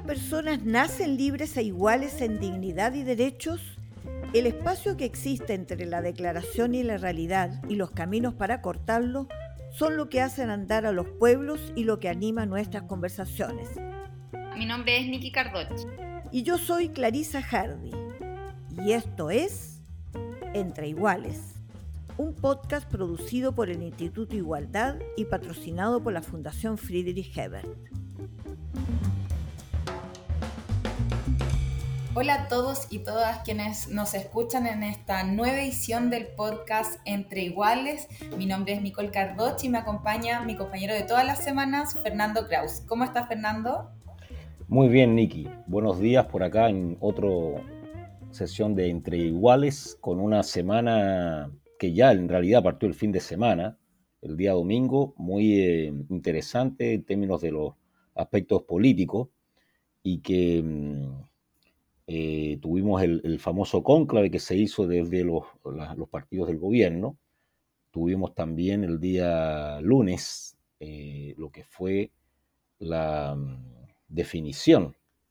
personas nacen libres e iguales en dignidad y derechos, el espacio que existe entre la declaración y la realidad y los caminos para cortarlo son lo que hacen andar a los pueblos y lo que anima nuestras conversaciones. Mi nombre es Nikki Cardochi. Y yo soy Clarisa Hardy. Y esto es Entre Iguales, un podcast producido por el Instituto Igualdad y patrocinado por la Fundación Friedrich Ebert. Hola a todos y todas quienes nos escuchan en esta nueva edición del podcast Entre Iguales. Mi nombre es Nicole Cardochi y me acompaña mi compañero de todas las semanas, Fernando Kraus. ¿Cómo estás, Fernando? Muy bien, Nikki. Buenos días por acá en otra sesión de Entre Iguales con una semana que ya en realidad partió el fin de semana, el día domingo, muy interesante en términos de los aspectos políticos y que tuvimos el famoso cónclave que se hizo desde los partidos del gobierno. Tuvimos también el día lunes lo que fue la definición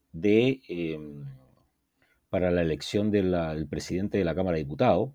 para la elección del presidente de la Cámara de Diputados.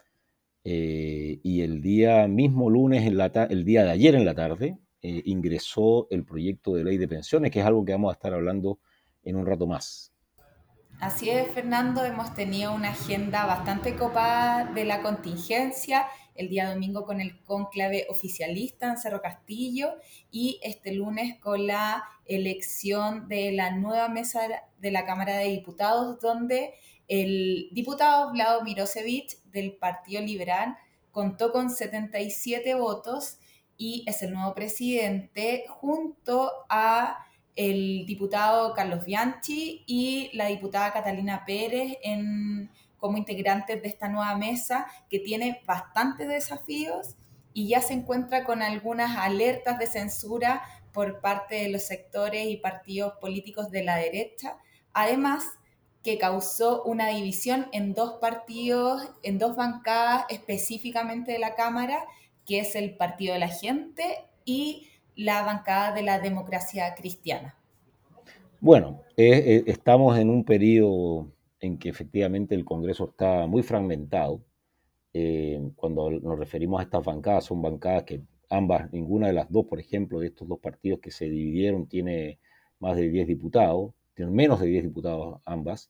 Y el día mismo lunes, el día de ayer en la tarde, ingresó el proyecto de ley de pensiones, que es algo que vamos a estar hablando en un rato más. Así es, Fernando, hemos tenido una agenda bastante copada de la contingencia, el día domingo con el cónclave oficialista en Cerro Castillo y este lunes con la elección de la nueva mesa de la Cámara de Diputados, donde el diputado Vlado Mirosevich del Partido Liberal contó con 77 votos y es el nuevo presidente junto a el diputado Carlos Bianchi y la diputada Catalina Pérez como integrantes de esta nueva mesa que tiene bastantes desafíos y ya se encuentra con algunas alertas de censura por parte de los sectores y partidos políticos de la derecha, además que causó una división en dos partidos, en dos bancadas específicamente de la Cámara, que es el Partido de la Gente y la bancada de la Democracia Cristiana. Bueno, estamos en un periodo en que efectivamente el Congreso está muy fragmentado. Cuando nos referimos a estas bancadas, son bancadas que ambas, ninguna de las dos, por ejemplo, de estos dos partidos que se dividieron, tiene más de 10 diputados, tienen menos de 10 diputados ambas,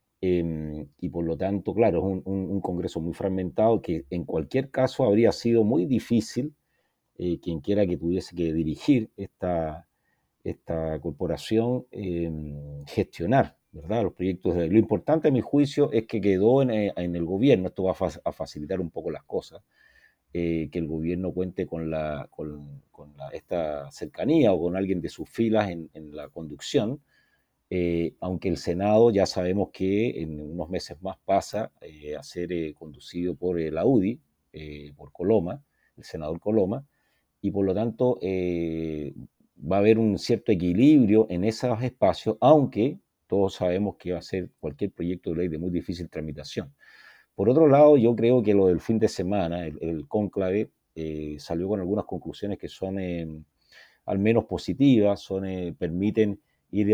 y por lo tanto, claro, es un Congreso muy fragmentado que en cualquier caso habría sido muy difícil quien quiera que tuviese que dirigir esta corporación gestionar, ¿verdad?, los proyectos de ley. Lo importante, a mi juicio, es que quedó en el gobierno. Esto va a facilitar un poco las cosas, que el gobierno cuente con esta cercanía o con alguien de sus filas en la conducción, aunque el Senado ya sabemos que en unos meses más pasa a ser conducido por la UDI, por Coloma, el senador Coloma, y por lo tanto va a haber un cierto equilibrio en esos espacios, aunque todos sabemos que va a ser cualquier proyecto de ley de muy difícil tramitación. Por otro lado, yo creo que lo del fin de semana, el cónclave, salió con algunas conclusiones que son al menos positivas, permiten ir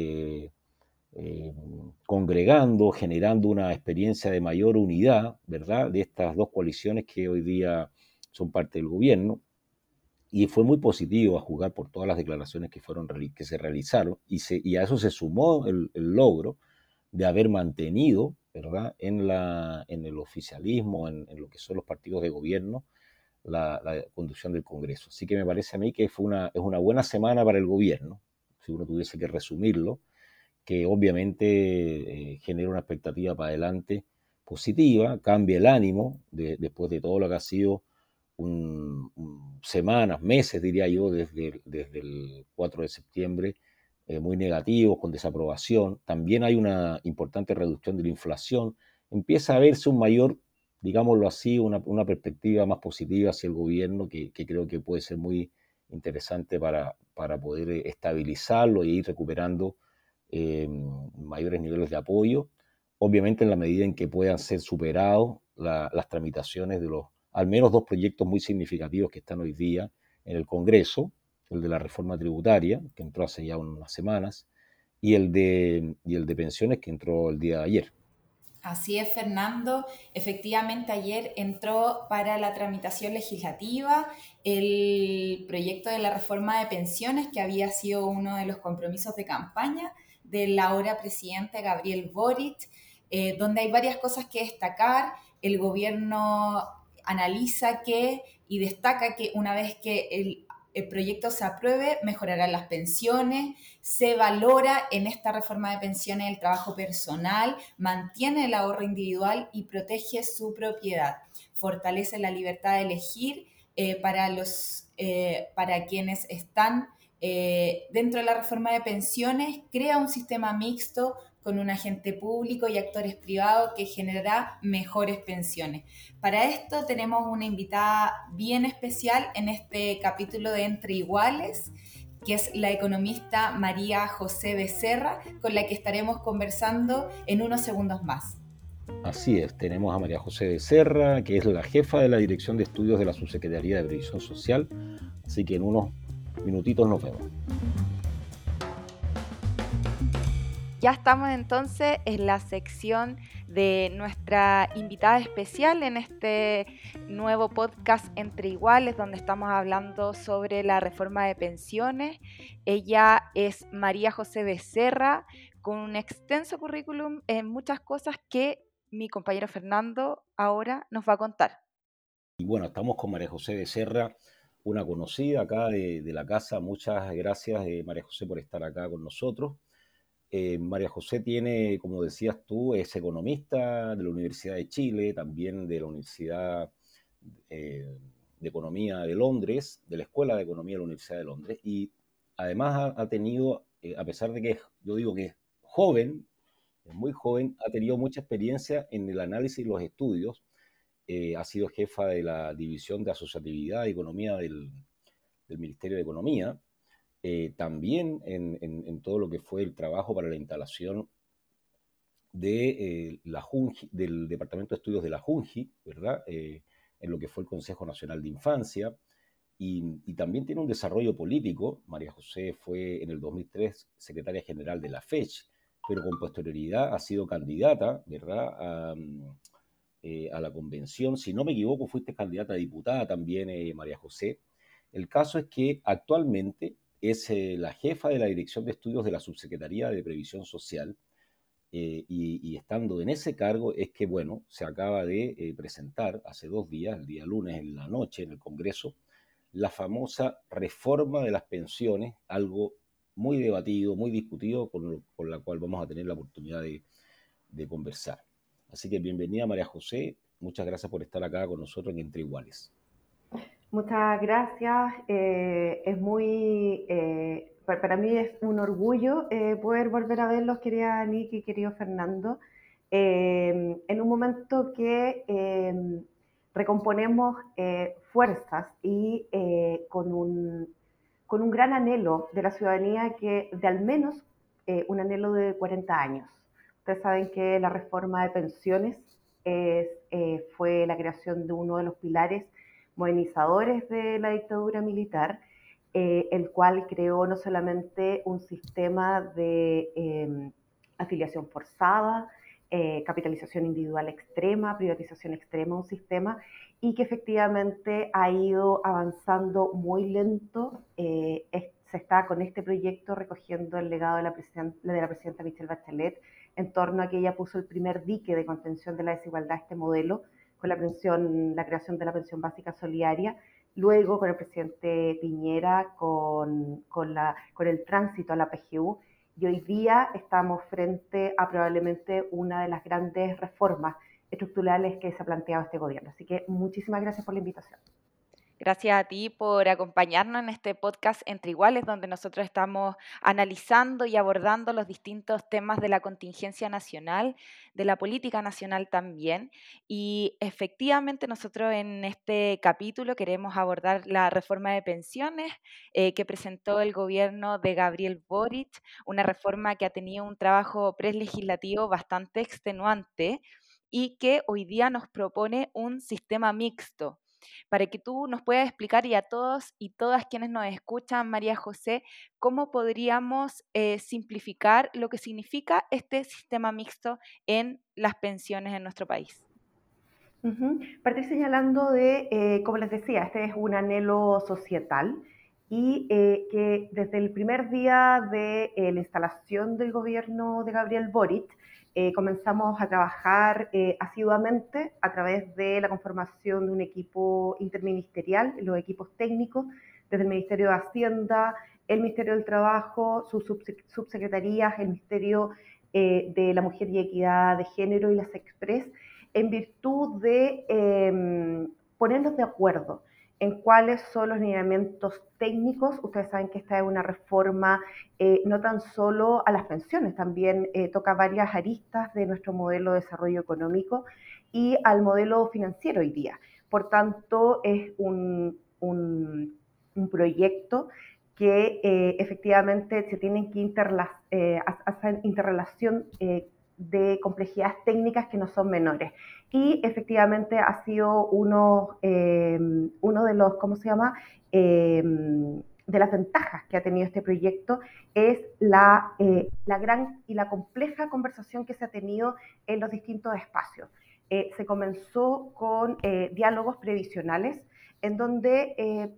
congregando, generando una experiencia de mayor unidad, ¿verdad?, de estas dos coaliciones que hoy día son parte del gobierno. Y fue muy positivo a jugar por todas las declaraciones que se realizaron, y a eso se sumó el logro de haber mantenido, ¿verdad?, en el oficialismo, en lo que son los partidos de gobierno, la conducción del Congreso. Así que me parece a mí que es una buena semana para el gobierno, si uno tuviese que resumirlo, que obviamente genera una expectativa para adelante positiva, cambia el ánimo después de todo lo que ha sido semanas, meses, diría yo, desde el 4 de septiembre, muy negativos, con desaprobación. También hay una importante reducción de la inflación. Empieza a verse un mayor, digámoslo así, una perspectiva más positiva hacia el gobierno, que creo que puede ser muy interesante para poder estabilizarlo e ir recuperando mayores niveles de apoyo, obviamente en la medida en que puedan ser superados las tramitaciones de los al menos dos proyectos muy significativos que están hoy día en el Congreso, el de la reforma tributaria, que entró hace ya unas semanas, y el de pensiones que entró el día de ayer. Así es, Fernando. Efectivamente, ayer entró para la tramitación legislativa el proyecto de la reforma de pensiones, que había sido uno de los compromisos de campaña del ahora presidente Gabriel Boric, donde hay varias cosas que destacar. El gobierno analiza que y destaca que una vez que el proyecto se apruebe, mejorarán las pensiones, se valora en esta reforma de pensiones el trabajo personal, mantiene el ahorro individual y protege su propiedad, fortalece la libertad de elegir para quienes están dentro de la reforma de pensiones, crea un sistema mixto con un agente público y actores privados que generará mejores pensiones. Para esto tenemos una invitada bien especial en este capítulo de Entre Iguales, que es la economista María José Becerra, con la que estaremos conversando en unos segundos más. Así es, tenemos a María José Becerra, que es la jefa de la Dirección de Estudios de la Subsecretaría de Previsión Social, así que en unos minutitos nos vemos. Ya estamos entonces en la sección de nuestra invitada especial en este nuevo podcast Entre Iguales, donde estamos hablando sobre la reforma de pensiones. Ella es María José Becerra, con un extenso currículum en muchas cosas que mi compañero Fernando ahora nos va a contar. Y bueno, estamos con María José Becerra, una conocida acá de la casa. Muchas gracias, María José, por estar acá con nosotros. María José tiene, como decías tú, es economista de la Universidad de Chile, también de la Universidad de Economía de Londres, de la Escuela de Economía de la Universidad de Londres, y además ha tenido, a pesar de que yo digo que es joven, es muy joven, ha tenido mucha experiencia en el análisis y los estudios. Ha sido jefa de la División de Asociatividad y Economía del Ministerio de Economía, también en todo lo que fue el trabajo para la instalación de la JUNGI, del Departamento de Estudios de la JUNGI, ¿verdad? En lo que fue el Consejo Nacional de Infancia, y también tiene un desarrollo político. María José fue en el 2003 secretaria general de la FECH, pero con posterioridad ha sido candidata, ¿verdad? A la convención. Si no me equivoco, fuiste candidata a diputada también, María José. El caso es que actualmente es la jefa de la Dirección de Estudios de la Subsecretaría de Previsión Social, y estando en ese cargo es que, bueno, se acaba de presentar hace 2 días, el día lunes en la noche, en el Congreso, la famosa reforma de las pensiones, algo muy debatido, muy discutido, con la cual vamos a tener la oportunidad de conversar. Así que bienvenida, María José, muchas gracias por estar acá con nosotros en Entre Iguales. Muchas gracias. Para mí es un orgullo poder volver a verlos, querida Niki y querido Fernando, en un momento que recomponemos fuerzas y con un gran anhelo de la ciudadanía, que de al menos un anhelo de 40 años. Ustedes saben que la reforma de pensiones fue la creación de uno de los pilares modernizadores de la dictadura militar, el cual creó no solamente un sistema de afiliación forzada, capitalización individual extrema, privatización extrema, un sistema, y que efectivamente ha ido avanzando muy lento. Se está con este proyecto recogiendo el legado de la presidenta Michelle Bachelet, en torno a que ella puso el primer dique de contención de la desigualdad, este modelo, con la creación de la pensión básica solidaria, luego con el presidente Piñera, con el tránsito a la PGU, y hoy día estamos frente a probablemente una de las grandes reformas estructurales que se ha planteado este gobierno. Así que muchísimas gracias por la invitación. Gracias a ti por acompañarnos en este podcast Entre Iguales, donde nosotros estamos analizando y abordando los distintos temas de la contingencia nacional, de la política nacional también. Y efectivamente nosotros en este capítulo queremos abordar la reforma de pensiones que presentó el gobierno de Gabriel Boric, una reforma que ha tenido un trabajo prelegislativo bastante extenuante y que hoy día nos propone un sistema mixto, para que tú nos puedas explicar y a todos y todas quienes nos escuchan, María José, cómo podríamos simplificar lo que significa este sistema mixto en las pensiones en nuestro país. Partí señalando de, como les decía, este es un anhelo societal y que desde el primer día de la instalación del gobierno de Gabriel Boric comenzamos a trabajar asiduamente a través de la conformación de un equipo interministerial, los equipos técnicos, desde el Ministerio de Hacienda, el Ministerio del Trabajo, sus subsecretarías, el Ministerio de la Mujer y Equidad de Género y las Express, en virtud de ponernos de acuerdo en cuáles son los lineamientos técnicos. Ustedes saben que esta es una reforma no tan solo a las pensiones, también toca varias aristas de nuestro modelo de desarrollo económico y al modelo financiero hoy día. Por tanto, es un proyecto que efectivamente se tienen que hacer interrelación de complejidades técnicas que no son menores. Y efectivamente ha sido uno de los, ¿cómo se llama? De las ventajas que ha tenido este proyecto es la gran y la compleja conversación que se ha tenido en los distintos espacios. Se comenzó con diálogos previsionales en donde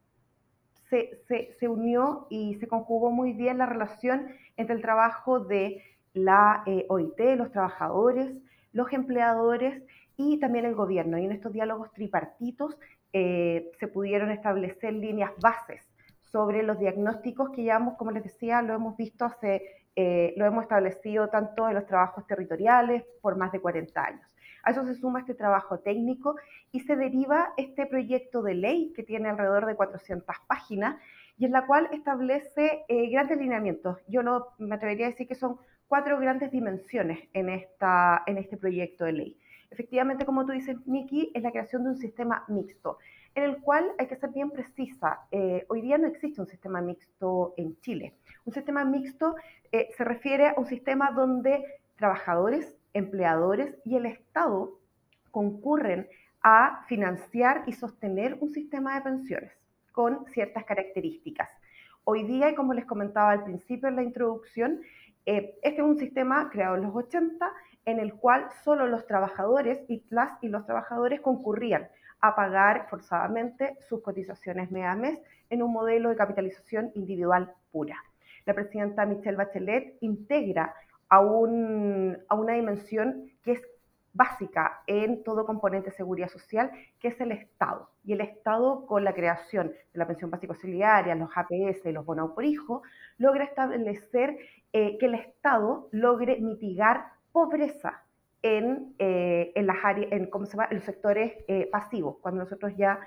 se unió y se conjugó muy bien la relación entre el trabajo de la OIT, los trabajadores, los empleadores y también el gobierno. Y en estos diálogos tripartitos se pudieron establecer líneas bases sobre los diagnósticos que ya, como les decía, lo hemos visto lo hemos establecido tanto en los trabajos territoriales por más de 40 años. A eso se suma este trabajo técnico y se deriva este proyecto de ley que tiene alrededor de 400 páginas y en la cual establece grandes lineamientos. Me atrevería a decir que son 4 grandes dimensiones en este proyecto de ley. Efectivamente, como tú dices, Miki, es la creación de un sistema mixto, en el cual hay que ser bien precisa. Hoy día no existe un sistema mixto en Chile. Un sistema mixto se refiere a un sistema donde trabajadores, empleadores y el Estado concurren a financiar y sostener un sistema de pensiones con ciertas características. Hoy día, y como les comentaba al principio en la introducción, este es un sistema creado en los 80 en el cual solo los trabajadores y los trabajadores concurrían a pagar forzadamente sus cotizaciones mes a mes en un modelo de capitalización individual pura. La presidenta Michelle Bachelet integra a una dimensión que es básica en todo componente de seguridad social, que es el Estado. Y el Estado, con la creación de la pensión básica solidaria, los APS y los bonos por hijo, logra establecer que el Estado logre mitigar pobreza en las áreas, en los sectores pasivos, cuando nosotros ya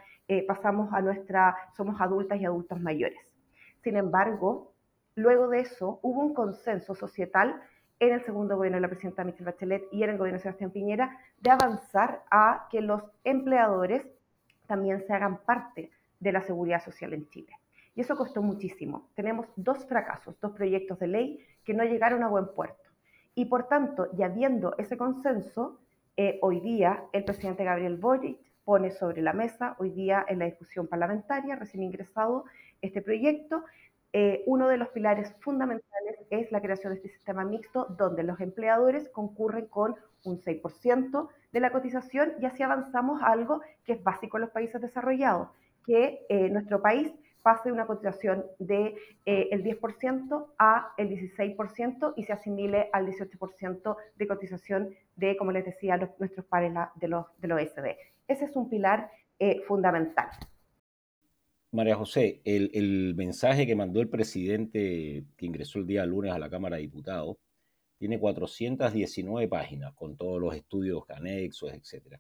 somos adultas y adultos mayores. Sin embargo, luego de eso hubo un consenso societal en el segundo gobierno de la presidenta Michelle Bachelet y en el gobierno de Sebastián Piñera de avanzar a que los empleadores también se hagan parte de la seguridad social en Chile. Y eso costó muchísimo. Tenemos 2 fracasos, 2 proyectos de ley que no llegaron a buen puerto. Y por tanto, ya viendo ese consenso, hoy día el presidente Gabriel Boric pone sobre la mesa, hoy día en la discusión parlamentaria, recién ingresado este proyecto, uno de los pilares fundamentales es la creación de este sistema mixto donde los empleadores concurren con un 6% de la cotización y así avanzamos a algo que es básico en los países desarrollados, que nuestro país pase de una cotización del 10% a el 16% y se asimile al 18% de cotización de, como les decía, nuestros pares de los OECD. Ese es un pilar fundamental. María José, el mensaje que mandó el presidente que ingresó el día lunes a la Cámara de Diputados tiene 419 páginas con todos los estudios anexos, etc.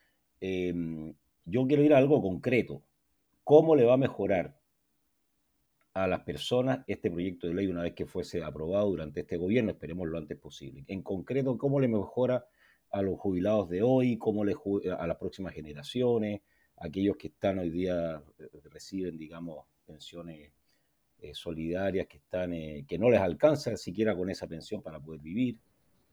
Yo quiero ir a algo concreto. ¿Cómo le va a mejorar a las personas este proyecto de ley una vez que fuese aprobado durante este gobierno? Esperemos lo antes posible. En concreto, ¿cómo le mejora a los jubilados de hoy, a las próximas generaciones, aquellos que están hoy día, reciben, digamos, pensiones solidarias que no les alcanza siquiera con esa pensión para poder vivir?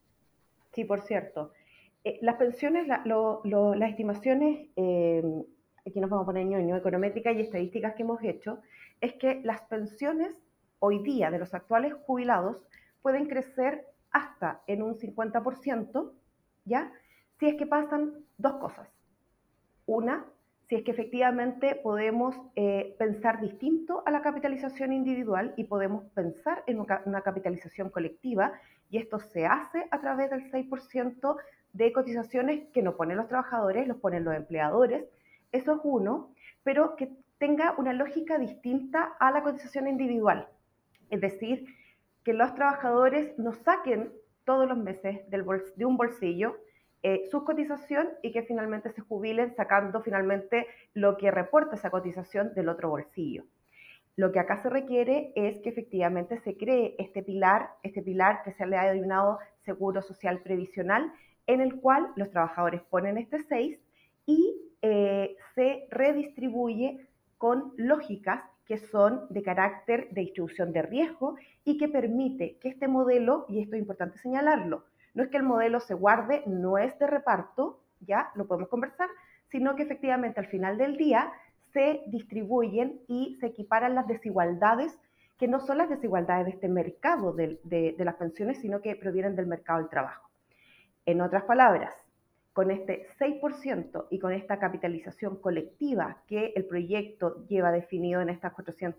Sí, por cierto. Las pensiones, las estimaciones aquí nos vamos a poner ñoño, econométricas y estadísticas que hemos hecho, es que las pensiones hoy día de los actuales jubilados pueden crecer hasta en un 50%, ¿ya? Si es que pasan dos cosas. Una, si es que efectivamente podemos pensar distinto a la capitalización individual y podemos pensar en una capitalización colectiva, y esto se hace a través del 6% de cotizaciones que no ponen los trabajadores, los ponen los empleadores. Eso es uno, pero que tenga una lógica distinta a la cotización individual. Es decir, que los trabajadores no saquen todos los meses de un bolsillo su cotización y que finalmente se jubilen sacando finalmente lo que reporta esa cotización del otro bolsillo. Lo que acá se requiere es que efectivamente se cree este pilar que se le ha denominado Seguro Social Previsional, en el cual los trabajadores ponen este 6 y se redistribuye con lógicas que son de carácter de distribución de riesgo y que permite que este modelo, y esto es importante señalarlo, no es que el modelo se guarde, no es de reparto, ya lo podemos conversar, sino que efectivamente al final del día se distribuyen y se equiparan las desigualdades, que no son las desigualdades de este mercado de las pensiones, sino que provienen del mercado del trabajo. En otras palabras, con este 6% y con esta capitalización colectiva que el proyecto lleva definido en estas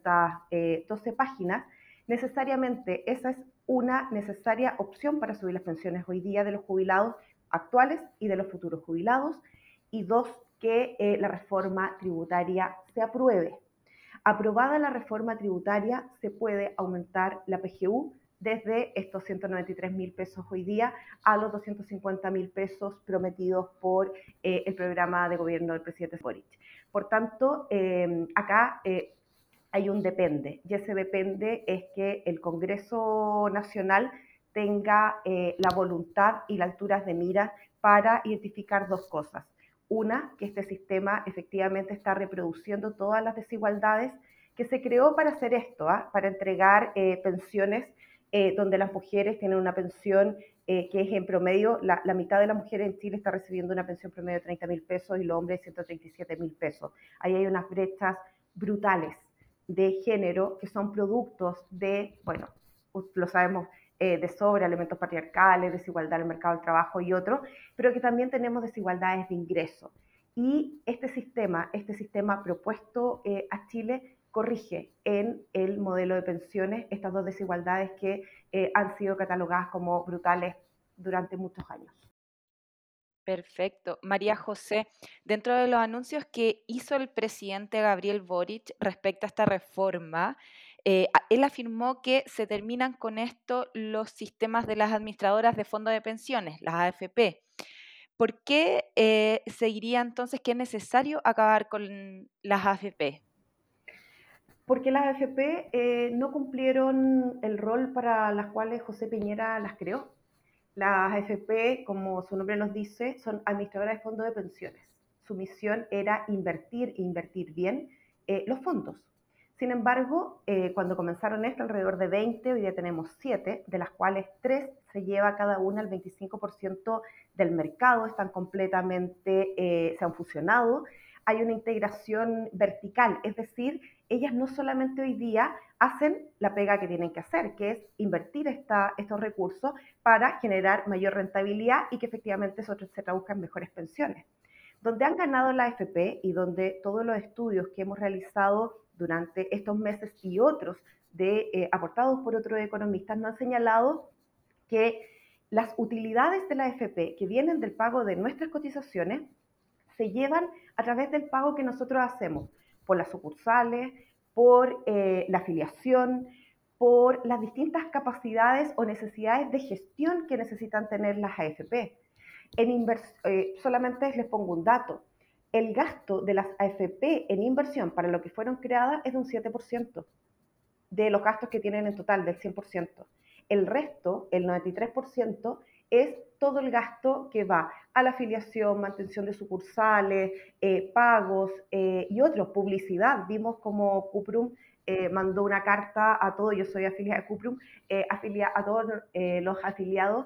412 páginas, necesariamente esa es una necesaria opción para subir las pensiones hoy día de los jubilados actuales y de los futuros jubilados. Y dos, que la reforma tributaria se apruebe. Aprobada la reforma tributaria, se puede aumentar la PGU desde estos 193.000 pesos hoy día a los 250.000 pesos prometidos por el programa de gobierno del presidente Boric. Por tanto, acá hay un depende, y ese depende es que el Congreso Nacional tenga la voluntad y la altura de mira para identificar dos cosas. Una, que este sistema efectivamente está reproduciendo todas las desigualdades que se creó para hacer esto, para entregar pensiones donde las mujeres tienen una pensión que es en promedio, la mitad de las mujeres en Chile está recibiendo una pensión promedio de 30.000 pesos y los hombres 137.000 pesos. Ahí hay unas brechas brutales de género que son productos de, bueno, lo sabemos, de sobra, elementos patriarcales, desigualdad en el mercado del trabajo y otros, pero que también tenemos desigualdades de ingreso. Y este sistema propuesto a Chile corrige en el modelo de pensiones estas dos desigualdades que han sido catalogadas como brutales durante muchos años. Perfecto. María José, dentro de los anuncios que hizo el presidente Gabriel Boric respecto a esta reforma, él afirmó que se terminan con esto los sistemas de las administradoras de fondos de pensiones, las AFP. ¿Por qué seguiría entonces que es necesario acabar con las AFP? Porque las AFP no cumplieron el rol para las cuales José Piñera las creó. Las AFP, como su nombre nos dice, son administradoras de fondos de pensiones. Su misión era invertir e invertir bien los fondos. Sin embargo, cuando comenzaron esto, alrededor de 20, hoy día tenemos 7, de las cuales 3 se lleva cada una el 25% del mercado, están completamente, se han fusionado. Hay una integración vertical, es decir, ellas no solamente hoy día hacen la pega que tienen que hacer, que es invertir estos recursos para generar mayor rentabilidad y que efectivamente eso se traduzca en mejores pensiones. Donde han ganado la AFP y donde todos los estudios que hemos realizado durante estos meses y otros aportados por otros economistas nos han señalado que las utilidades de la AFP que vienen del pago de nuestras cotizaciones se llevan a través del pago que nosotros hacemos por las sucursales, por la afiliación, por las distintas capacidades o necesidades de gestión que necesitan tener las AFP. Solamente les pongo un dato. El gasto de las AFP en inversión para lo que fueron creadas es de un 7% de los gastos que tienen en total, del 100%. El resto, el 93%, es todo el gasto que va a la afiliación, mantención de sucursales, pagos y otros, publicidad. Vimos como Cuprum mandó una carta a todos, yo soy afiliada de Cuprum, a todos los afiliados,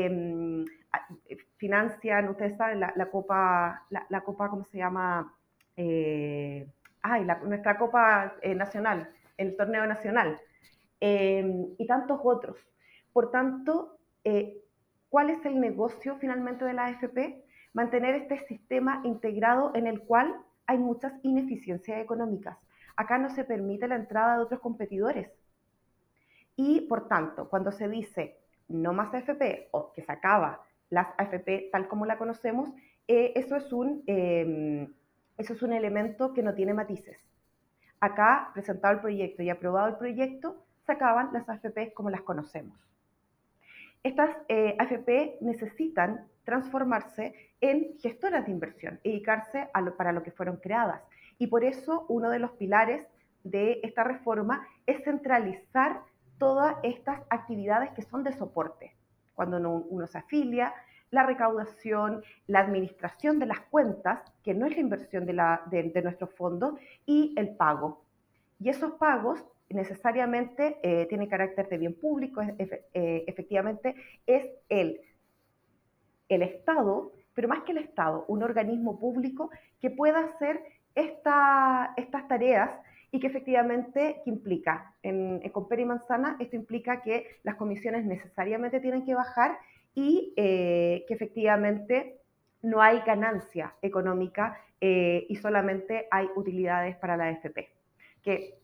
financian, ustedes saben, la Copa, ¿cómo se llama? nuestra Copa Nacional, el torneo nacional, y tantos otros. Por tanto, ¿cuál es el negocio finalmente de la AFP? Mantener este sistema integrado en el cual hay muchas ineficiencias económicas. Acá no se permite la entrada de otros competidores. Y por tanto, cuando se dice no más AFP o que se acaba las AFP tal como la conocemos, eso es un elemento que no tiene matices. Acá, presentado el proyecto y aprobado el proyecto, se acaban las AFP como las conocemos. Estas AFP necesitan transformarse en gestoras de inversión y dedicarse para lo que fueron creadas. Y por eso uno de los pilares de esta reforma es centralizar todas estas actividades que son de soporte. Cuando uno se afilia, la recaudación, la administración de las cuentas, que no es la inversión de nuestros fondos, y el pago. Y esos pagos necesariamente tienen carácter de bien público, efectivamente es el Estado, pero más que el Estado, un organismo público que pueda hacer estas tareas y que efectivamente, ¿qué implica? Con pera y manzana, esto implica que las comisiones necesariamente tienen que bajar y que efectivamente no hay ganancia económica y solamente hay utilidades para la AFP. Que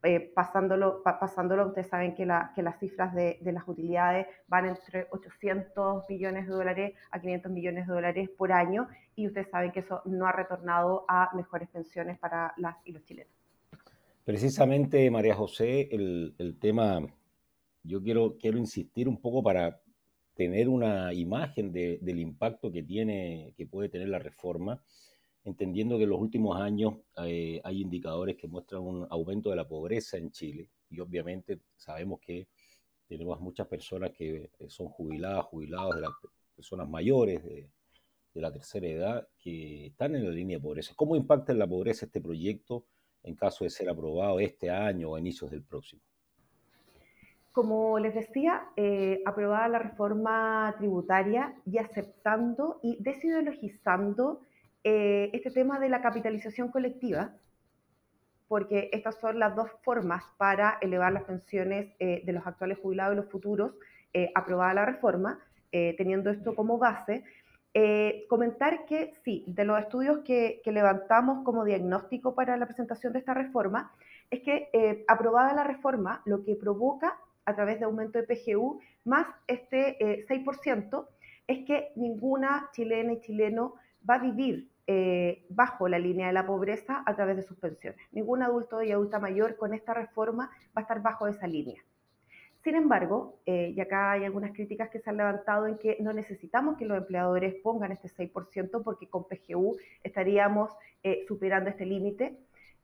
pasándolo, ustedes saben que las cifras de las utilidades van entre 800 millones de dólares a 500 millones de dólares por año, y ustedes saben que eso no ha retornado a mejores pensiones para las y los chilenos. Precisamente, María José, el tema, yo quiero insistir un poco para tener una imagen del impacto que puede tener la reforma, entendiendo que en los últimos años hay indicadores que muestran un aumento de la pobreza en Chile, y obviamente sabemos que tenemos muchas personas que son jubilados de las personas mayores de la tercera edad, que están en la línea de pobreza. ¿Cómo impacta en la pobreza este proyecto en caso de ser aprobado este año o a inicios del próximo? Como les decía, aprobada la reforma tributaria y aceptando y desideologizando este tema de la capitalización colectiva, porque estas son las dos formas para elevar las pensiones de los actuales jubilados y los futuros, aprobada la reforma, teniendo esto como base. Comentar que sí, de los estudios que levantamos como diagnóstico para la presentación de esta reforma, es que aprobada la reforma, lo que provoca a través de aumento de PGU más este 6%, es que ninguna chilena y chileno va a vivir bajo la línea de la pobreza a través de sus pensiones. Ningún adulto y adulta mayor con esta reforma va a estar bajo esa línea. Sin embargo, y acá hay algunas críticas que se han levantado en que no necesitamos que los empleadores pongan este 6% porque con PGU estaríamos superando este límite.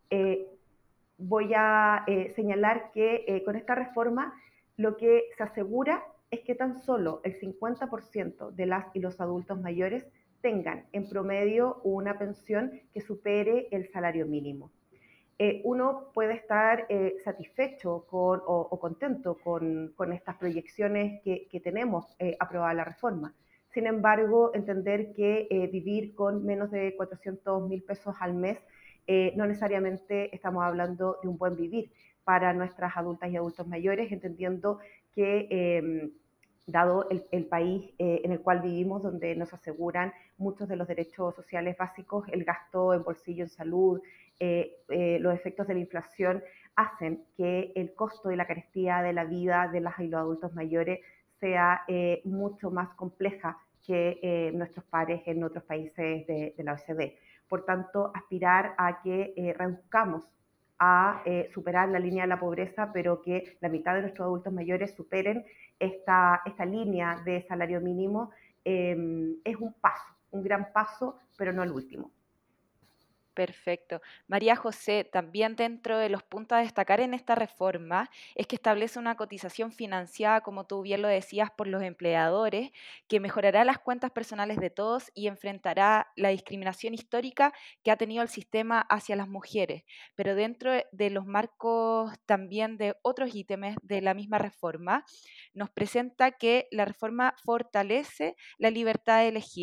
Voy a señalar que con esta reforma lo que se asegura es que tan solo el 50% de las y los adultos mayores tengan en promedio una pensión que supere el salario mínimo. Uno puede estar satisfecho o contento con estas proyecciones que tenemos aprobada la reforma. Sin embargo, entender que vivir con menos de 400.000 pesos al mes no necesariamente estamos hablando de un buen vivir para nuestras adultas y adultos mayores, entendiendo que dado el país en el cual vivimos, donde nos aseguran muchos de los derechos sociales básicos, el gasto en bolsillo en salud, los efectos de la inflación hacen que el costo y la carestía de la vida de las y los adultos mayores sea mucho más compleja que nuestros pares en otros países de la OECD. Por tanto, aspirar a que reduzcamos a superar la línea de la pobreza, pero que la mitad de nuestros adultos mayores superen esta línea de salario mínimo, es un paso, un gran paso, pero no el último. Perfecto. María José, también dentro de los puntos a destacar en esta reforma es que establece una cotización financiada, como tú bien lo decías, por los empleadores, que mejorará las cuentas personales de todos y enfrentará la discriminación histórica que ha tenido el sistema hacia las mujeres. Pero dentro de los marcos también de otros ítems de la misma reforma, nos presenta que la reforma fortalece la libertad de elegir.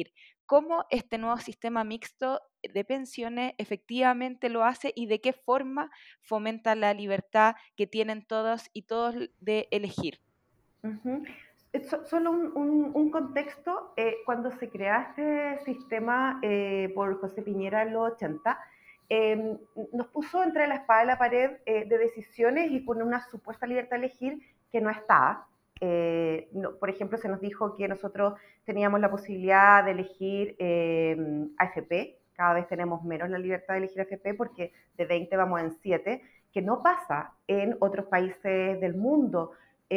cómo este nuevo sistema mixto de pensiones efectivamente lo hace y de qué forma fomenta la libertad que tienen todas y todos de elegir. Ujú. Solo un contexto, cuando se crea este sistema por José Piñera en los 80, eh, nos puso entre la espada y la pared de decisiones y con una supuesta libertad de elegir que no estaba. Por ejemplo, se nos dijo que nosotros teníamos la posibilidad de elegir AFP, cada vez tenemos menos la libertad de elegir AFP porque de 20 vamos en 7, que no pasa en otros países del mundo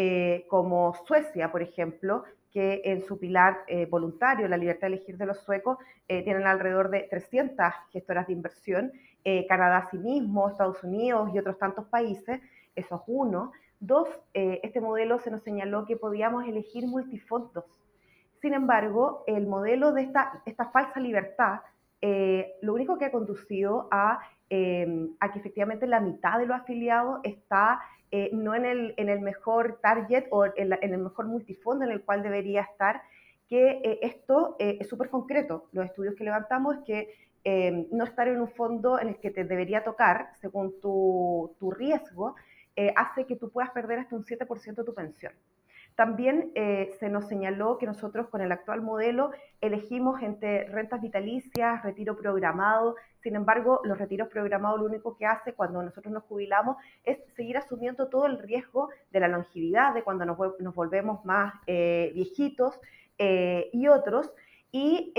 como Suecia, por ejemplo, que en su pilar voluntario, la libertad de elegir de los suecos, tienen alrededor de 300 gestoras de inversión, Canadá sí mismo, Estados Unidos y otros tantos países, eso es uno. Dos, este modelo se nos señaló que podíamos elegir multifondos. Sin embargo, el modelo de esta falsa libertad, lo único que ha conducido a que efectivamente la mitad de los afiliados está no en el mejor target o en el mejor multifondo en el cual debería estar, que esto es súper concreto. Los estudios que levantamos es que no estar en un fondo en el que te debería tocar, según tu riesgo, hace que tú puedas perder hasta un 7% de tu pensión. También se nos señaló que nosotros con el actual modelo elegimos entre rentas vitalicias, retiro programado. Sin embargo, los retiros programados lo único que hace cuando nosotros nos jubilamos es seguir asumiendo todo el riesgo de la longevidad, de cuando nos volvemos más viejitos y otros. Y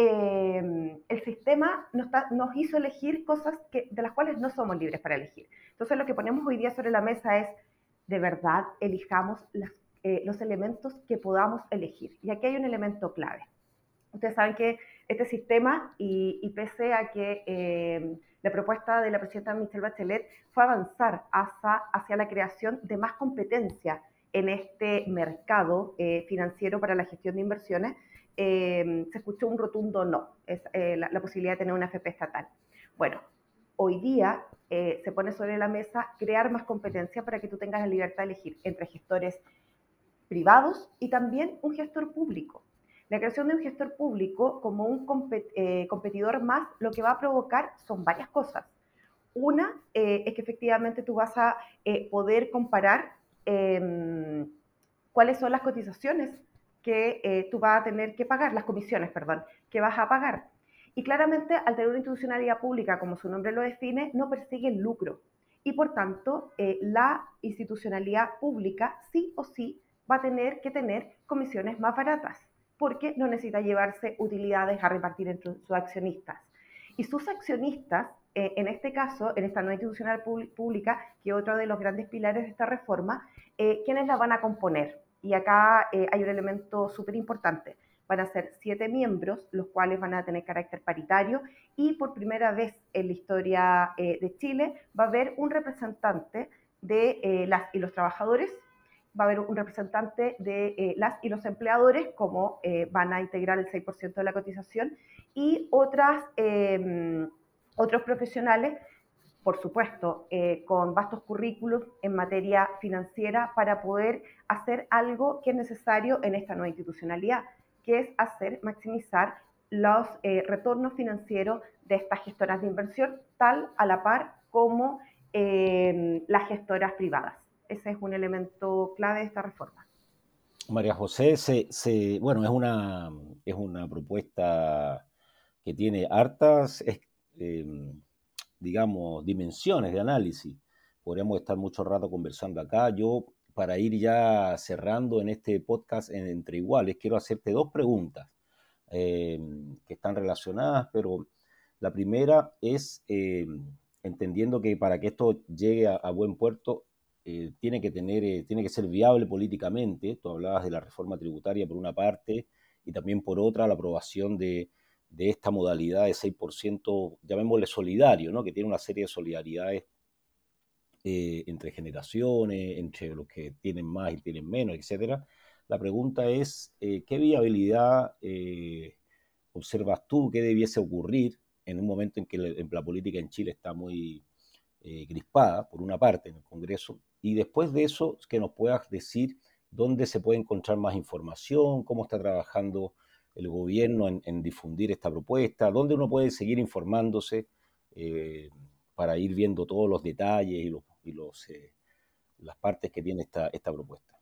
el sistema nos hizo elegir cosas de las cuales no somos libres para elegir. Entonces lo que ponemos hoy día sobre la mesa es, de verdad, elijamos los elementos que podamos elegir. Y aquí hay un elemento clave. Ustedes saben que este sistema, y pese a que la propuesta de la presidenta Michelle Bachelet fue avanzar hacia la creación de más competencia en este mercado financiero para la gestión de inversiones, se escuchó un rotundo no, es la posibilidad de tener una AFP estatal. Bueno, hoy día se pone sobre la mesa crear más competencia para que tú tengas la libertad de elegir entre gestores privados y también un gestor público. La creación de un gestor público como un competidor más, lo que va a provocar son varias cosas. Una es que efectivamente tú vas a poder comparar cuáles son las cotizaciones que tú vas a tener que pagar, las comisiones, perdón, que vas a pagar. Y claramente, al tener una institucionalidad pública, como su nombre lo define, no persigue el lucro. Y por tanto, la institucionalidad pública sí o sí va a tener que tener comisiones más baratas, porque no necesita llevarse utilidades a repartir entre sus accionistas. Y sus accionistas, en este caso, en esta nueva institucional pública, que es otro de los grandes pilares de esta reforma, ¿quiénes la van a componer? Y acá hay un elemento súper importante. Van a ser 7 miembros, los cuales van a tener carácter paritario, y por primera vez en la historia de Chile va a haber un representante de las y los trabajadores, va a haber un representante de las y los empleadores, como van a integrar el 6% de la cotización, y otros profesionales, por supuesto, con vastos currículos en materia financiera para poder hacer algo que es necesario en esta nueva institucionalidad, que es maximizar los retornos financieros de estas gestoras de inversión, tal a la par como las gestoras privadas. Ese es un elemento clave de esta reforma. María José, bueno, es una propuesta que tiene hartas, digamos, dimensiones de análisis. Podríamos estar mucho rato conversando acá. Yo, para ir ya cerrando en este podcast Entre Iguales, quiero hacerte dos preguntas que están relacionadas, pero la primera es, entendiendo que para que esto llegue a buen puerto, tiene que ser viable políticamente. Tú hablabas de la reforma tributaria por una parte y también por otra la aprobación de esta modalidad de 6%, llamémosle solidario, ¿no? Que tiene una serie de solidaridades entre generaciones, entre los que tienen más y tienen menos, etcétera. La pregunta es, ¿qué viabilidad observas tú que debiese ocurrir en un momento en que la política en Chile está muy crispada, por una parte, en el Congreso, y después de eso, que nos puedas decir dónde se puede encontrar más información, cómo está trabajando el gobierno en difundir esta propuesta? ¿Dónde uno puede seguir informándose para ir viendo todos los detalles y las partes que tiene esta propuesta?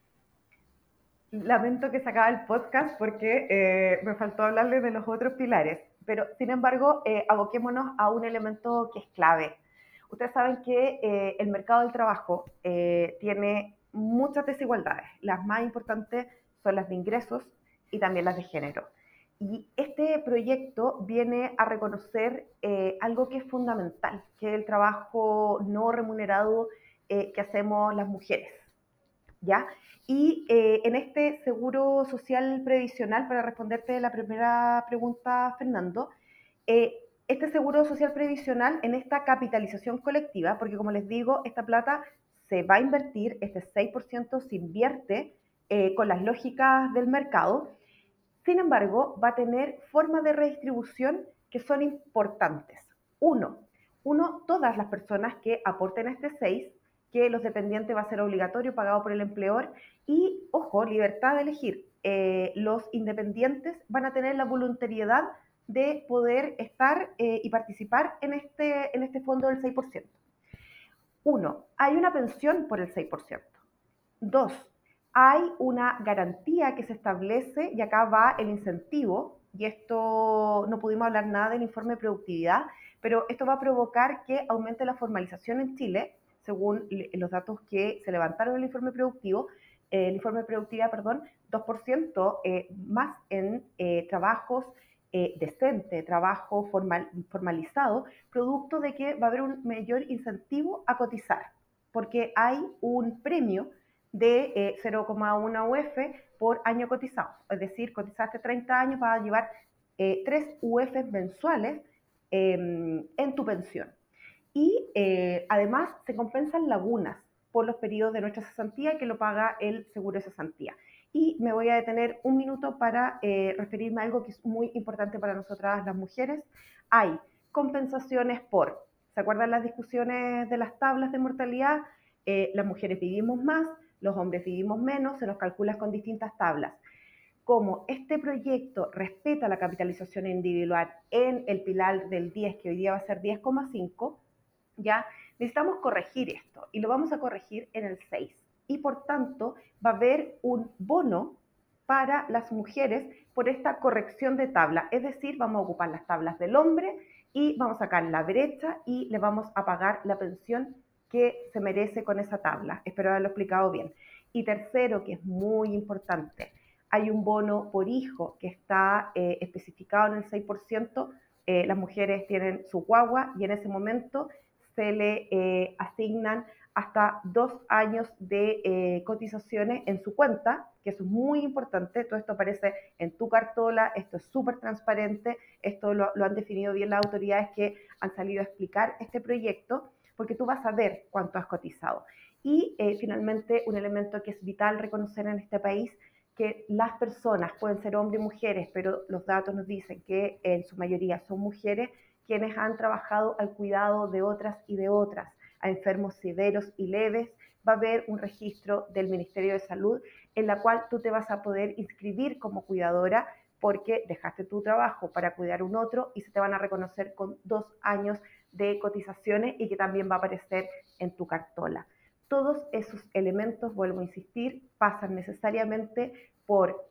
Lamento que se acabe el podcast porque me faltó hablarles de los otros pilares, pero sin embargo, aboquémonos a un elemento que es clave. Ustedes saben que el mercado del trabajo tiene muchas desigualdades. Las más importantes son las de ingresos y también las de género. Y este proyecto viene a reconocer algo que es fundamental, que es el trabajo no remunerado que hacemos las mujeres. ¿Ya? Y en este seguro social previsional, para responderte la primera pregunta, Fernando, este seguro social previsional en esta capitalización colectiva, porque como les digo, esta plata se va a invertir, este 6% se invierte con las lógicas del mercado. Sin embargo, va a tener formas de redistribución que son importantes. Uno, todas las personas que aporten este 6, que los dependientes va a ser obligatorio, pagado por el empleador, y, ojo, libertad de elegir. Los independientes van a tener la voluntariedad de poder estar y participar en este fondo del 6%. Uno, hay una pensión por el 6%. Dos, hay una garantía que se establece y acá va el incentivo, y esto no pudimos hablar nada del informe de productividad, pero esto va a provocar que aumente la formalización en Chile, según los datos que se levantaron en el informe productivo, el informe de productividad, perdón, 2% más en trabajos decentes, trabajo formalizado, producto de que va a haber un mayor incentivo a cotizar, porque hay un premio de 0,1 UF por año cotizado. Es decir, cotizaste 30 años, vas a llevar 3 UF mensuales en tu pensión. Y además se compensan lagunas por los periodos de nuestra cesantía que lo paga el seguro de cesantía. Y me voy a detener un minuto para referirme a algo que es muy importante para nosotras las mujeres. Hay compensaciones por, ¿se acuerdan las discusiones de las tablas de mortalidad? Las mujeres vivimos más, los hombres vivimos menos, se nos calcula con distintas tablas. Como este proyecto respeta la capitalización individual en el pilar del 10, que hoy día va a ser 10,5, ya necesitamos corregir esto y lo vamos a corregir en el 6. Y por tanto va a haber un bono para las mujeres por esta corrección de tabla. Es decir, vamos a ocupar las tablas del hombre y vamos a sacar la brecha y le vamos a pagar la pensión que se merece con esa tabla. Espero haberlo explicado bien. Y tercero, que es muy importante, hay un bono por hijo que está especificado en el 6%. Las mujeres tienen su guagua y en ese momento se le asignan hasta 2 años de cotizaciones en su cuenta, que eso es muy importante. Todo esto aparece en tu cartola, esto es súper transparente, esto lo han definido bien las autoridades que han salido a explicar este proyecto, porque tú vas a ver cuánto has cotizado. Y finalmente, un elemento que es vital reconocer en este país, que las personas pueden ser hombres y mujeres, pero los datos nos dicen que en su mayoría son mujeres quienes han trabajado al cuidado de otras y de otras, a enfermos severos y leves. Va a haber un registro del Ministerio de Salud en la cual tú te vas a poder inscribir como cuidadora porque dejaste tu trabajo para cuidar a un otro y se te van a reconocer con 2 años de cotizaciones y que también va a aparecer en tu cartola. Todos esos elementos, vuelvo a insistir, pasan necesariamente por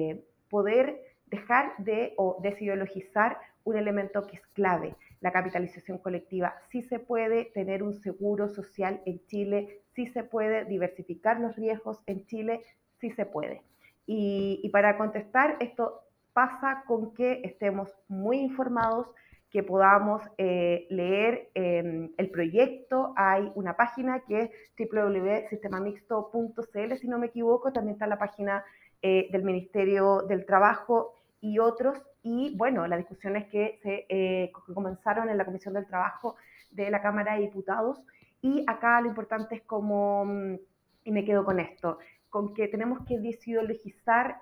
poder dejar de o desideologizar un elemento que es clave, la capitalización colectiva. Sí se puede tener un seguro social en Chile, sí se puede diversificar los riesgos en Chile, sí se puede. Y para contestar, esto pasa con que estemos muy informados, que podamos leer el proyecto. Hay una página que es www.sistemamixto.cl, si no me equivoco, también está la página del Ministerio del Trabajo y otros, y bueno, las discusiones que comenzaron en la Comisión del Trabajo de la Cámara de Diputados, y acá lo importante es como, y me quedo con esto, con que tenemos que desideologizar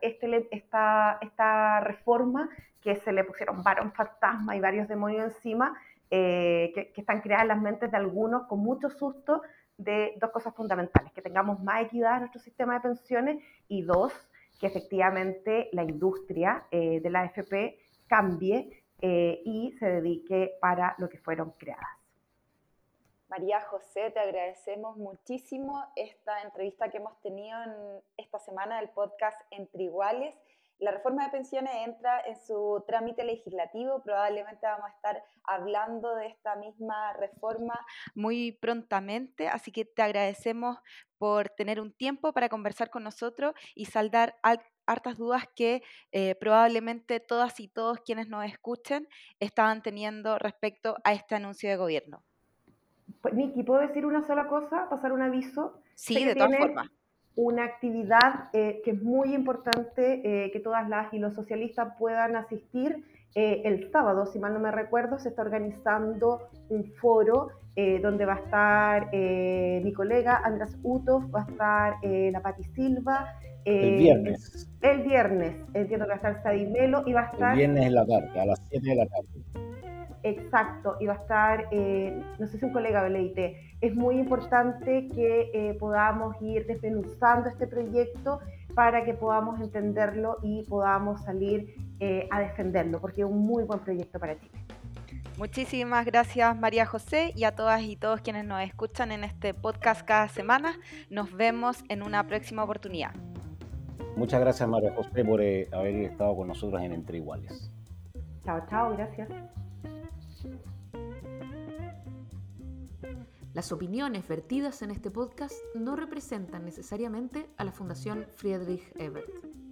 esta reforma que se le pusieron varón fantasma y varios demonios encima, que están creadas en las mentes de algunos con mucho susto, de dos cosas fundamentales: que tengamos más equidad en nuestro sistema de pensiones, y dos, que efectivamente la industria de la AFP cambie y se dedique para lo que fueron creadas. María José, te agradecemos muchísimo esta entrevista que hemos tenido en esta semana del podcast Entre Iguales. La reforma de pensiones entra en su trámite legislativo, probablemente vamos a estar hablando de esta misma reforma muy prontamente, así que te agradecemos por tener un tiempo para conversar con nosotros y saldar hartas dudas que probablemente todas y todos quienes nos escuchen estaban teniendo respecto a este anuncio de gobierno. Pues, Niki, ¿puedo decir una sola cosa? ¿Pasar un aviso? Sí, de todas formas. Una actividad que es muy importante que todas las y los socialistas puedan asistir. El sábado, si mal no me recuerdo, se está organizando un foro donde va a estar mi colega Andrés Utov, va a estar la Pati Silva. El viernes. El viernes, entiendo que va a estar Sadi Melo y va a estar... El viernes en la tarde, a las 7 de la tarde. Exacto, y va a estar, no sé si un colega de LIT. Es muy importante que podamos ir desmenuzando este proyecto para que podamos entenderlo y podamos salir a defenderlo, porque es un muy buen proyecto para Chile. Muchísimas gracias, María José, y a todas y todos quienes nos escuchan en este podcast cada semana. Nos vemos en una próxima oportunidad. Muchas gracias, María José, por haber estado con nosotros en Entre Iguales. Chao, chao, gracias. Las opiniones vertidas en este podcast no representan necesariamente a la Fundación Friedrich Ebert.